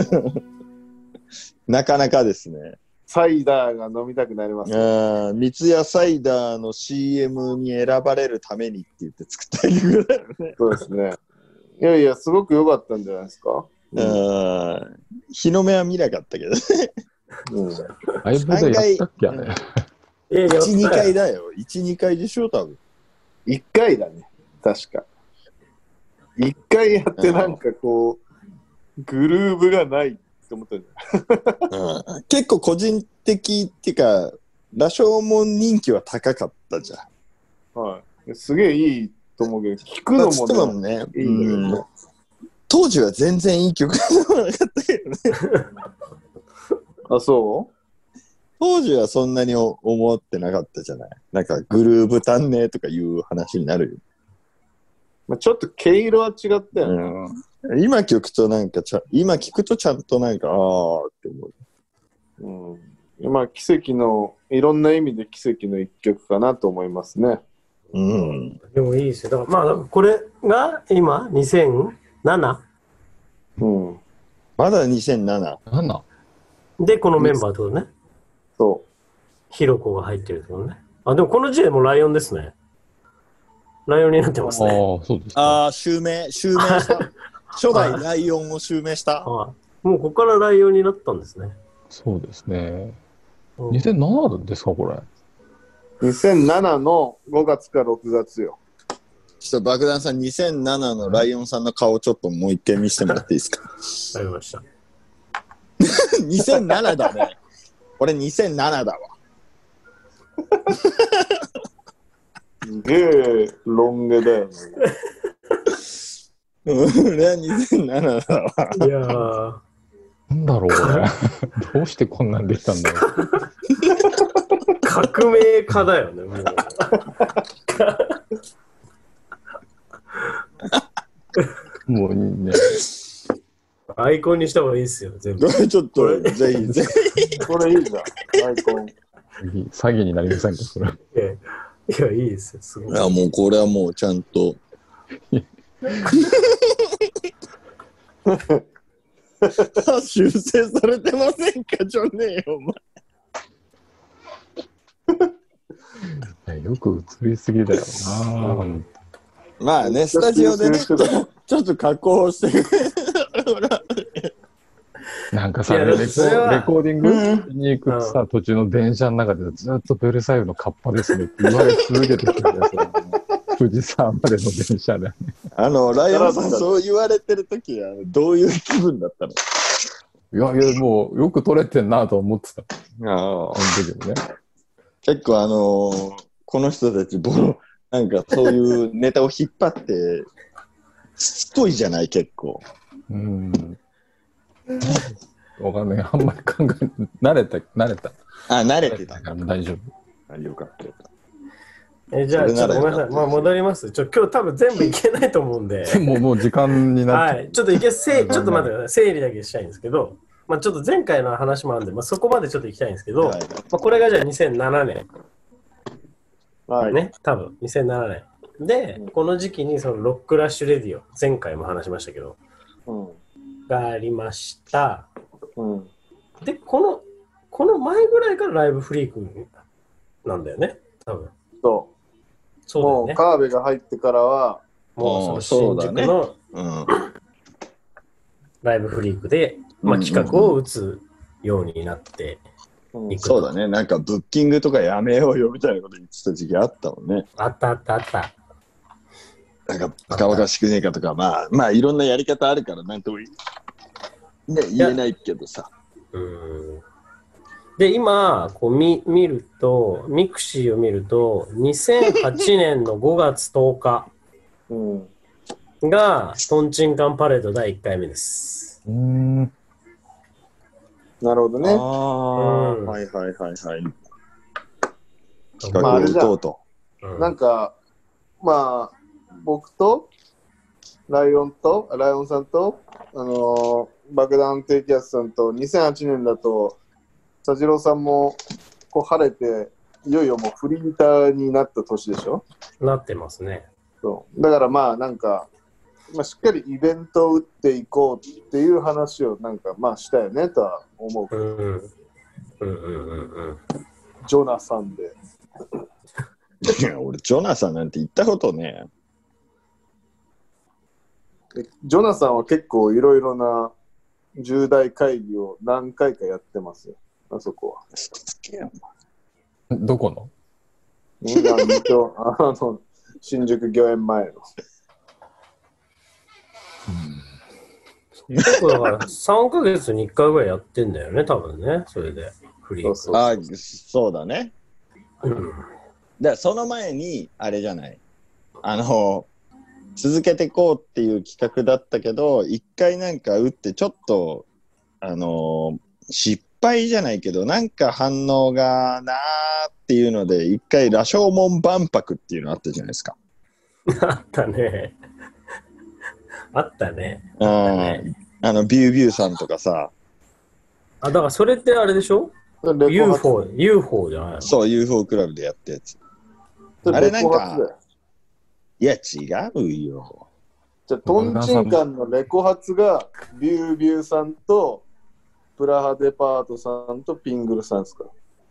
なかなかですね。
サイダーが飲みたくなりますね。
三ツ矢サイダーの CM に選ばれるためにって言って作った曲だよね。
そうですね。いやいや、すごく良かったんじゃないですか。
日の目は見なかったけどね。
ライブでやったっけあれ。
1、2回だよ。1、2回でしょ、多分。
1回だね。確か。1回やってなんかこう、グルーブがないって思ったじ
ゃん。結構個人的っていうか、羅生門人気は高かったじゃん。
はい。すげえいいと思うけど、聴くのもね、いいんだけどね。
当時は全然いい曲じゃなかったけどね。
あ、そう
当時はそんなに思ってなかったじゃない。なんかグルーブ足んねえとかいう話になるよ。
まあ、ちょっと毛色は違ったよね。
今聞くとなんか今聞くとちゃんとなんかって
思う。まあ奇跡のいろんな意味で奇跡の一曲かなと思いますね。
でもいいですよ。だからまあこれが今2007？
まだ2007。
7
でこのメンバーってことね。
そう。
ヒロコが入ってるってことね。あ、でもこの時点もライオンですね。ライオンになってますね。
ああ、そうですか。
襲名した。初代ライオンを襲名した。
もうここからライオンになったんですね。
そうですね。2007ですか、これ。
2007の5月か6月よ。
ちょっと爆弾さん、2007のライオンさんの顔ちょっともう一回見せてもらっていいですか。
わかりました。
2007だね。これ2007だわ。
すげえロン毛だよね。
俺は2007だわ。
いやー。
なんだろう、これ。どうしてこんなんできたんだろう。
革命家だよね、もう。
もうね。
アイコンにした方がいいですよ、全部。
ちょっと、ぜひぜひ。
これいいじゃん、アイコン。
詐欺になりませんか、それ。
いや、いいですよ、すごい。
いや、もうこれはもうちゃんと。修正されてませんかじゃねえよ、
お前。よく映りすぎだよな。
まあね、スタジオでね、ちょっと加工してくれ。
なんかさ、レコーディングに行くとさ、途中の電車の中でずっとベルサイユのカッパですねって言われ続けてきたやつだね。富士山までの電車で。
ライオンさんそう言われてるときはどういう気分だったの？
いや、もうよく撮れてんなと思ってた。
あの時もね。結構この人たちなんかそういうネタを引っ張ってしつこいじゃない結構。
わかんない。あんまり考え慣れた。
慣れてた
から大丈
夫。よかった。
じゃあ、ちょっとごめんなさい。まあ、戻ります。今日多分全部いけないと思うんで。
もう時間になっちゃう。
はい。ちょっとちょっと待ってください。整理だけしたいんですけど、まあ、ちょっと前回の話もあるんで、まあ、そこまでちょっと行きたいんですけど、まあ、これがじゃあ2007年。ね、多分2007年。で、この時期にそのロックラッシュレディオ、前回も話しましたけど、がありました。で、この前ぐらいからライブフリークなんだよね、多分。そうだよね。
もう川辺が入ってからは、
もうその新宿のライブフリークで、まあ、企画を打つようになっていく。
そうだね。なんかブッキングとかやめようよみたいなこと言ってた時期あったもんね。
あった。
なんかバカバカしくねえかとか、まあいろんなやり方あるからなんとも言えないけどさ。
で、今こう見ると、ミクシーを見ると、2008年の5月10日がトンチンカンパレード第1回目です。
なるほどね。
はい。企画を打とうと。
なんか、まあ、僕と、ライオンさんと、爆弾低気圧さんと、2008年だと、佐次郎さんもこう晴れて、いよいよもうフリーターになった年でしょ？
なってますね。
そう。だからまあなんか、 しっかりイベントを打っていこうっていう話をなんかしたよねとは思う。ジョナサンで。
いや俺ジョナサンなんて行ったことね
え。ジョナサンは結構いろいろな重大会議を何回かやってますよ、あそこは。
どこの？
新宿御苑前の。
結構だから3ヶ月に1回ぐらいやってんだよね、多分ね、それで。フリーク。
そうだね。でその前にあれじゃない。続けてこうっていう企画だったけど、一回なんか打ってちょっと失敗じゃないけどなんか反応がなーっていうので一回羅生門万博っていうのあったじゃないですか。
あったね。あったね。
ビュービューさんとかさ。
だからそれってあれでしょ？ UFO じゃないの？
そう、UFO クラブでやったやつ。あれなんか、いや違うよ。
じゃあトンチンカンのレコ発がビュービューさんとプラハデパートさんとピングルさんですか？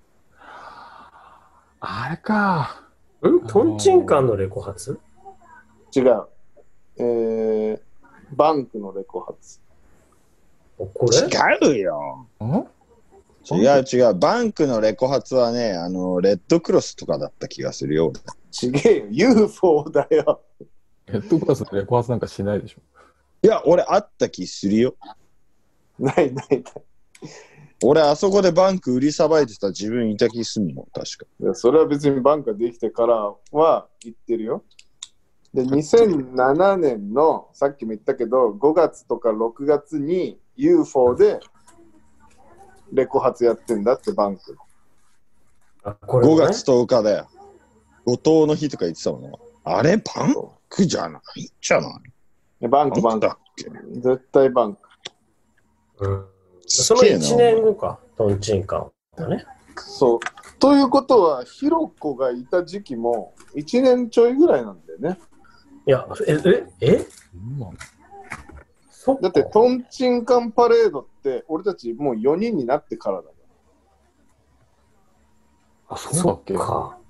あれか。
トンチンカンのレコ発？
違う。バンクのレコ発。
これ？
違うよ。違う。バンクのレコ発はね、レッドクロスとかだった気がするよ。
ちげえよ、UFO だよ。
レッドクロスレコ発なんかしないでしょ。
いや、俺あった気するよ。
ない。
俺あそこでバンク売りさばいてた自分いた気すんもん、確か。
いや、それは別にバンクができてからは言ってるよ。で、2007年の、さっきも言ったけど、5月とか6月に UFO でレコ発やってんだって、バンク。
これね、5月10日だよ。後藤の日とか言ってたもんね。あれ、バンクじゃないじゃない？
バンクだっけ？絶対バンク。
その1年後か、トンチンカンだね。
そう。ということは、ヒロコがいた時期も1年ちょいぐらいなんだよね。
いや、
だってトンチンカンパレードって俺たちもう4人になってからだから。
そうだっけ？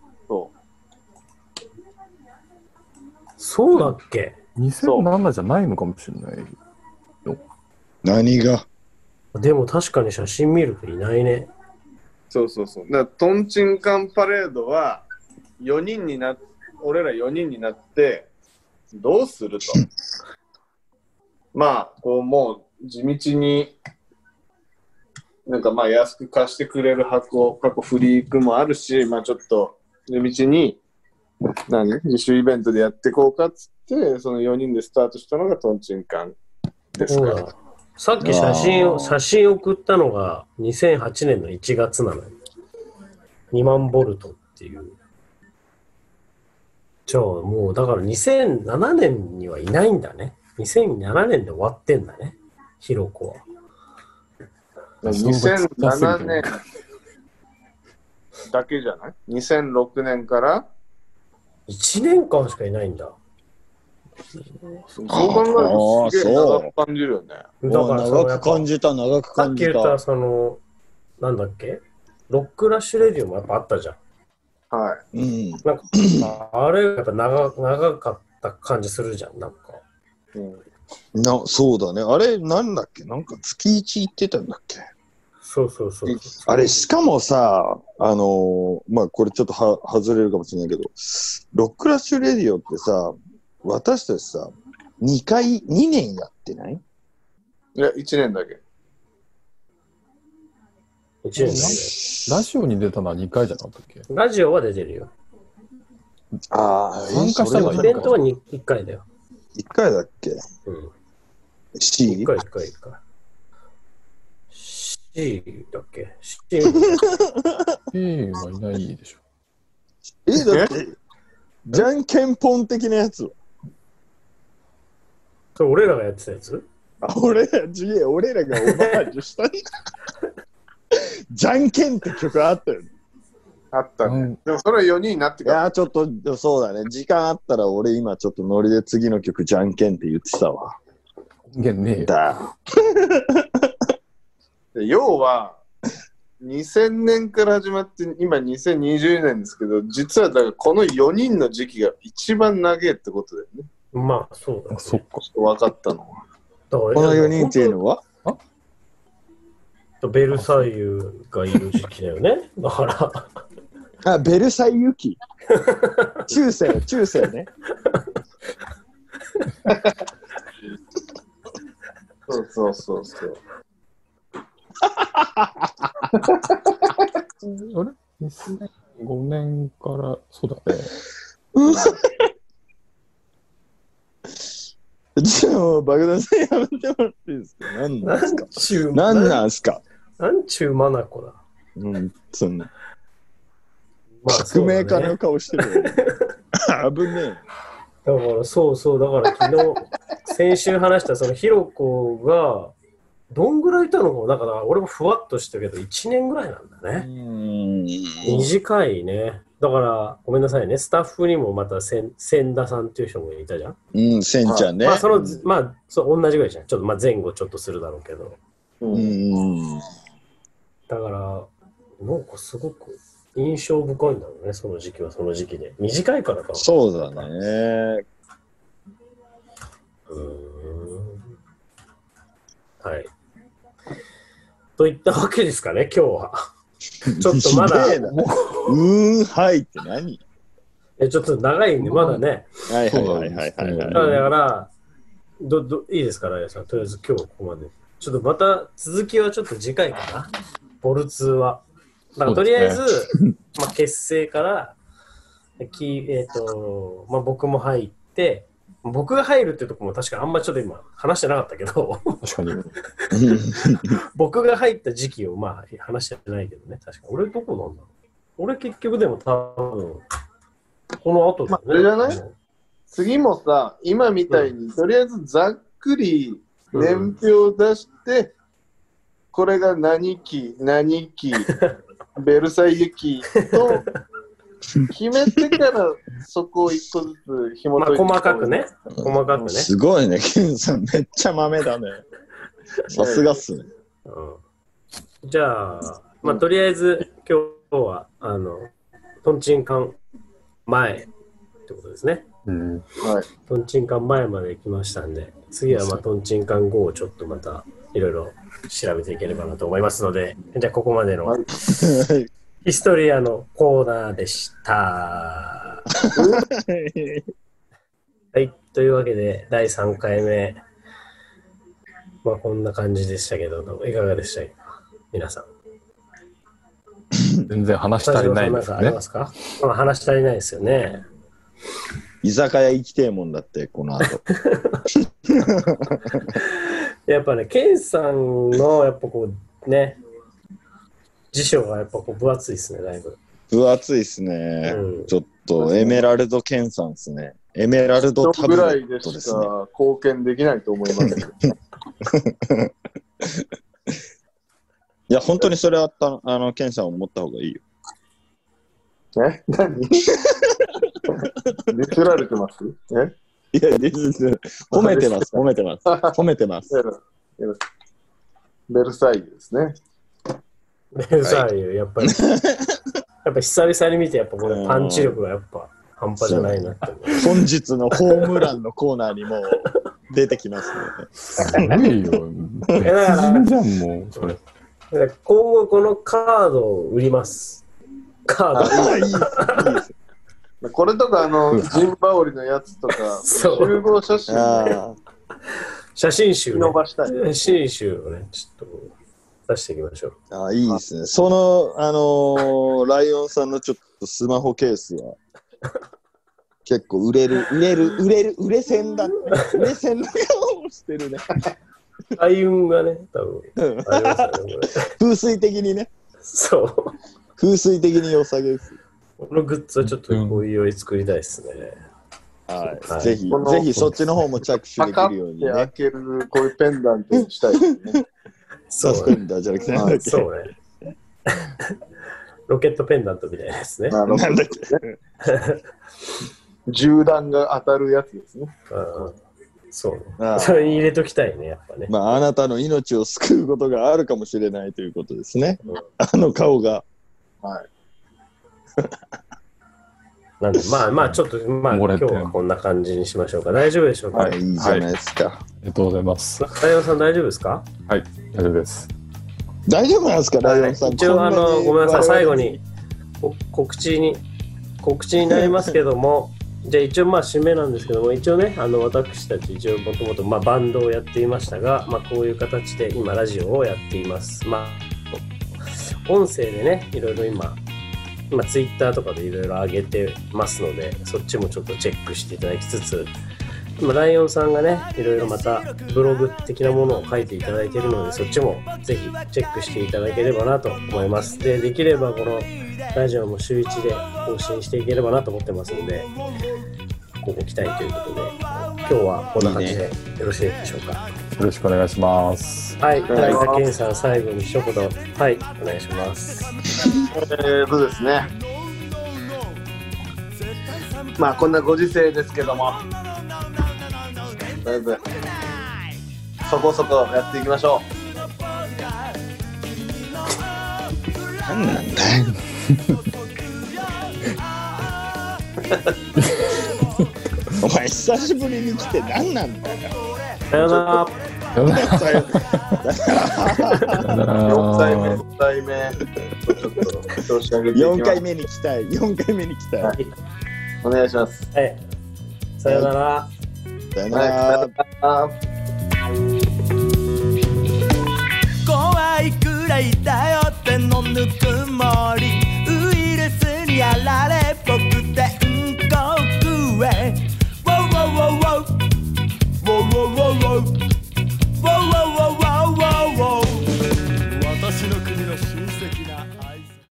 そうだっけ
？2007じゃないのかもしれないよ。
何が？
でも確かに写真見るといないね。
そう。だからトンチンカンパレードは俺ら4人になってどうすると。もう地道になんか安く貸してくれる箱、過去フリークもあるし、ちょっと地道に自主イベントでやっていこうかっつって、その4人でスタートしたのがトンチンカンですから。
さっき写真送ったのが2008年の1月なのよ。2万ボルトっていう。じゃあもうだから2007年にはいないんだね。2007年で終わってんだね、ヒロコは。
2007年だけじゃない？ 2006 年から
1年間しかいないんだ。
そう考えるとすげえ長く感じるよね。
だから
長く感じた。
さっき言ったなんだっけ、ロックラッシュレディオもやっぱあったじゃん。
はい。
なんかあれやっぱ長かった感じするじゃん、なんか。
そうだね。あれなんだっけ、なんか月1行ってたんだっけ。
そう。
あれしかもさ、これちょっと外れるかもしれないけど、ロックラッシュレディオってさ、私たちさ、2年やってない？
いや、1年だけ。
1年だけ。
ラジオに出たのは2回じゃなかったっけ？
ラジオは出てるよ。
参加したのは
イベントは1回だよ。
1回だっけ？
1回。C だっけ？ C
はいないでしょ。
だってじゃんけんぽん的なやつ。
それ俺らがやってたやつ？
俺らがオマージュしたじゃんけんって曲あったよね。
あったね。でもそれは4人になってから。
いや、ちょっと、そうだね。時間あったら俺今ちょっとノリで次の曲じゃんけんって言ってたわ。
ねえよ。
だ。
要は、2000年から始まって今2020年ですけど、実はだからこの4人の時期が一番長いってことだよね。
まあそうだ、ね。
そっか。
分かったのは。
この4人っていうのは
ベルサイユがいる時期だよね。だから。
あ、ベルサイユ期。中世ね。
そう。
あれ ?2005 年から、そうだね。
ちょ、爆弾さんやめてもらっていいですか？何なんすか？
なんちゅうマナコだ。
そんな。
まあ
革命家の顔してるよ、ね。危ねえ。
だからそうだから昨日先週話したそのヒロコがどんぐらいいたのかもだから俺もふわっとしたけど1年ぐらいなんだね。短いね。だからごめんなさいね、スタッフにもまた千田さんっていう人もいたじゃん。
千ちゃんね。
まあそう同じぐらいじゃん。ちょっと前後ちょっとするだろうけど。だからなんかすごく印象深いんだろうね、その時期はその時期で。短いからか。
そうだね。
はい。といったわけですかね、今日は。ちょっとまだ。
はいって何？
ちょっと長いんで、まだね。
はい。だ
からいいですか、ライアさん。とりあえず今日ここまで。ちょっとまた続きはちょっと次回かな。ボルツーは。だからとりあえず、まあ、結成から僕も入って、僕が入るってとこも確かあんまちょっと今話してなかったけど
確かに
僕が入った時期をまあ話してないけどね。確か俺どこなんだろう。俺結局でも多分この後だね。
あれじゃない？次もさ、今みたいにとりあえずざっくり年表出して、これが何期ベルサイユ期と決めてからそこを一個ずつ紐解いて、
細かくね。
すごいね、ケンさんめっちゃ豆だね。さすがっすね。
じゃあ、まあとりあえず今日はトンチンカン前ってことですね。
はい。
トンチンカン前まで来ましたんで、次はまあトンチンカン後をちょっとまたいろいろ調べていければなと思いますので、じゃあここまでのヒストリアのコーナーでした。はい、というわけで第3回目、まあこんな感じでしたけど、いかがでしたか皆さん。
全然話足りないですね。
ありますか？まあ、話足りないですよね。
居酒屋行きてえもんだってこの後。
やっぱね、ケンさんのやっぱこうね、辞書がやっぱこう分厚いですね、だいぶ。
分厚いですね。ちょっとエメラルドケンさんですね。エメラルドタブレットですね。
ぐらいでしか貢献できないと思います。
いや本当にそれはケンさんを持った方がいいよ。
何？ディスられてます？
いや、褒めてます。
ベルサイユですね。
ベルサイユ、やっぱ久々に見て、やっぱこれパンチ力がやっぱ半端じゃないなって。
本日のホームランのコーナーにも出てきますね。
すごいよ。別人じゃん、もう、それ。
今後このカードを売ります。カード。
いいです。
これとかジンバオリのやつとか集合写真
写真集、
伸ばしたい。
写真集をねちょっと出していきましょう。
いいですね。そのライオンさんのちょっとスマホケースは結構売れ線だね。売れ線の顔をしてるね。
開運がね多分ありますよね。
風水的にね。
そう。
風水的に良さげです。
このグッズはちょっとおいおい作りたいですね。
はい。ぜひそっちの方も着手できるようにね。
開けるこういうペンダントにしたいですね。
サスペンダーじゃなくてなんだっけ。
そうね。 ロケットペンダントみたいなやつね。
なんだっけ
銃弾が当たるやつですね。
そう。それに入れときたいね、やっぱね。
あなたの命を救うことがあるかもしれないということですね。あの顔が。
はい。
なんで、ちょっと、今日はこんな感じにしましょうか。大丈夫でしょうか。
いいじゃないですか。
ありがとうございます。
ライオンさん大丈夫ですか？
はい、大丈夫です。
大丈夫なんですか、ライオンさん。
一応、ごめんなさい、最後に告知になりますけども、じゃあ一応締めなんですけども、一応ね、私たち一応もともとバンドをやっていましたが、こういう形で今ラジオをやっています。音声でね、いろいろ今ツイッターとかでいろいろ上げてますので、そっちもちょっとチェックしていただきつつ、今ライオンさんがね、いろいろまたブログ的なものを書いていただいているので、そっちもぜひチェックしていただければなと思います。で、できればこのラジオも週1で更新していければなと思ってますので、ここ期待ということで、今日はこんな感じでよろしいでしょうか。
よろしくお願いします。
はい、大田健さん、最後に一言、はい、お願いします。
ですね。こんなご時世ですけども、とりあえずそこそこやっていきましょう。
何なんだよ。お前久しぶりに来て何なんだよ。
さよなら。
4回目に来たい。4回目に来たい。
はい、お願いします。
はい。さよなら。
さよなら。
怖いくらいだよってのぬくもり